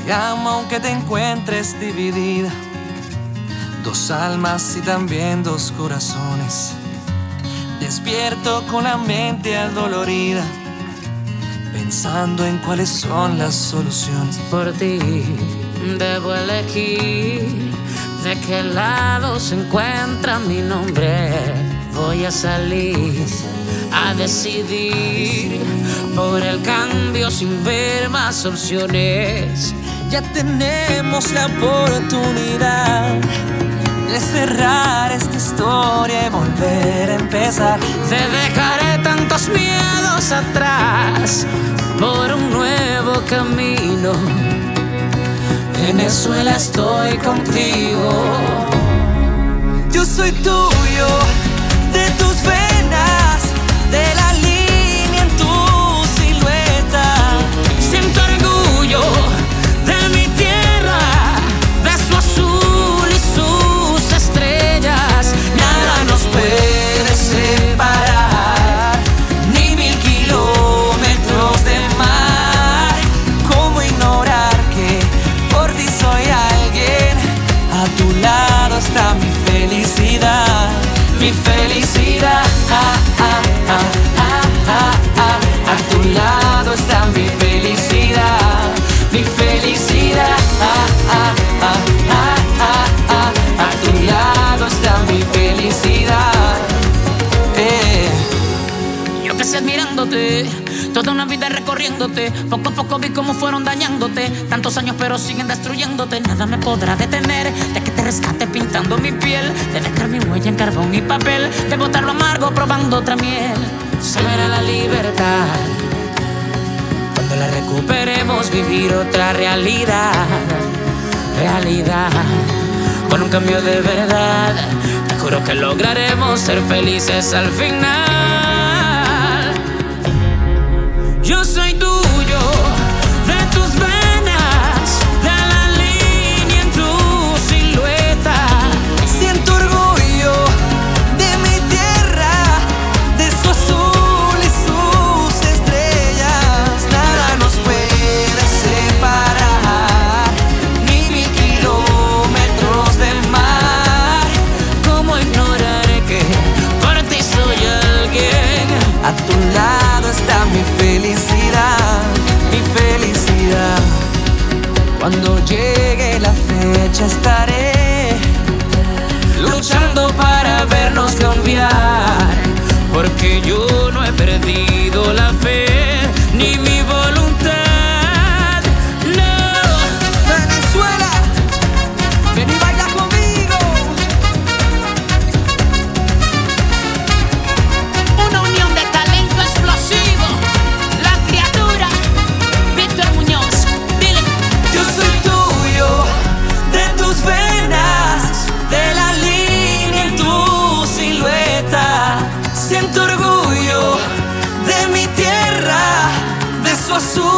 Te amo aunque te encuentres dividida. Dos almas y también dos corazones. Despierto con la mente adolorida, pensando en cuáles son las soluciones. Por ti debo elegir de qué lado se encuentra mi nombre. Voy a salir a decidir por el cambio sin ver más opciones. Ya tenemos la oportunidad de cerrar esta historia y volver a empezar. Te dejaré tantos miedos atrás por un nuevo camino. Venezuela, estoy contigo. Yo soy tuyo, de tus venas, de la línea en tu silueta. Siento orgullo de mi tierra, de su azul y sus estrellas. Nada nos puede separar, ni 1000 kilómetros de mar. ¿Cómo ignorar que por ti soy alguien? A tu lado está mi felicidad, mi felicidad. A tu lado está mi felicidad, mi felicidad. A tu lado está mi felicidad. Yo que sé admirándote, toda una vida recorriéndote. Poco a poco vi cómo fueron dañándote. Tantos años pero siguen destruyéndote. Nada me podrá detener de que te rescate pintando mi piel, de dejar mi huella en carbón y papel, de botar lo amargo probando otra miel. Se verá la libertad cuando la recuperemos, vivir otra realidad. Realidad con un cambio de verdad. Te juro que lograremos ser felices al final. Yo soy tuyo, de tus venas, de la línea en tu silueta. Siento orgullo de mi tierra, de su azul y sus estrellas. Nada nos puede separar, ni 1000 kilómetros de mar. ¿Cómo ignorar que por ti soy alguien? A tu lado está mi felicidad, mi felicidad. Cuando llegue la fecha estaré luchando para vernos cambiar, porque yo no he perdido la fe ni mi voluntad. No. Venezuela, ven y baila conmigo. Una unión de talento explosivo. La criatura, Víctor Muñoz. Dile. Yo soy tuyo, de tus venas, de la línea en tu silueta. Siento orgullo de mi tierra, de su azul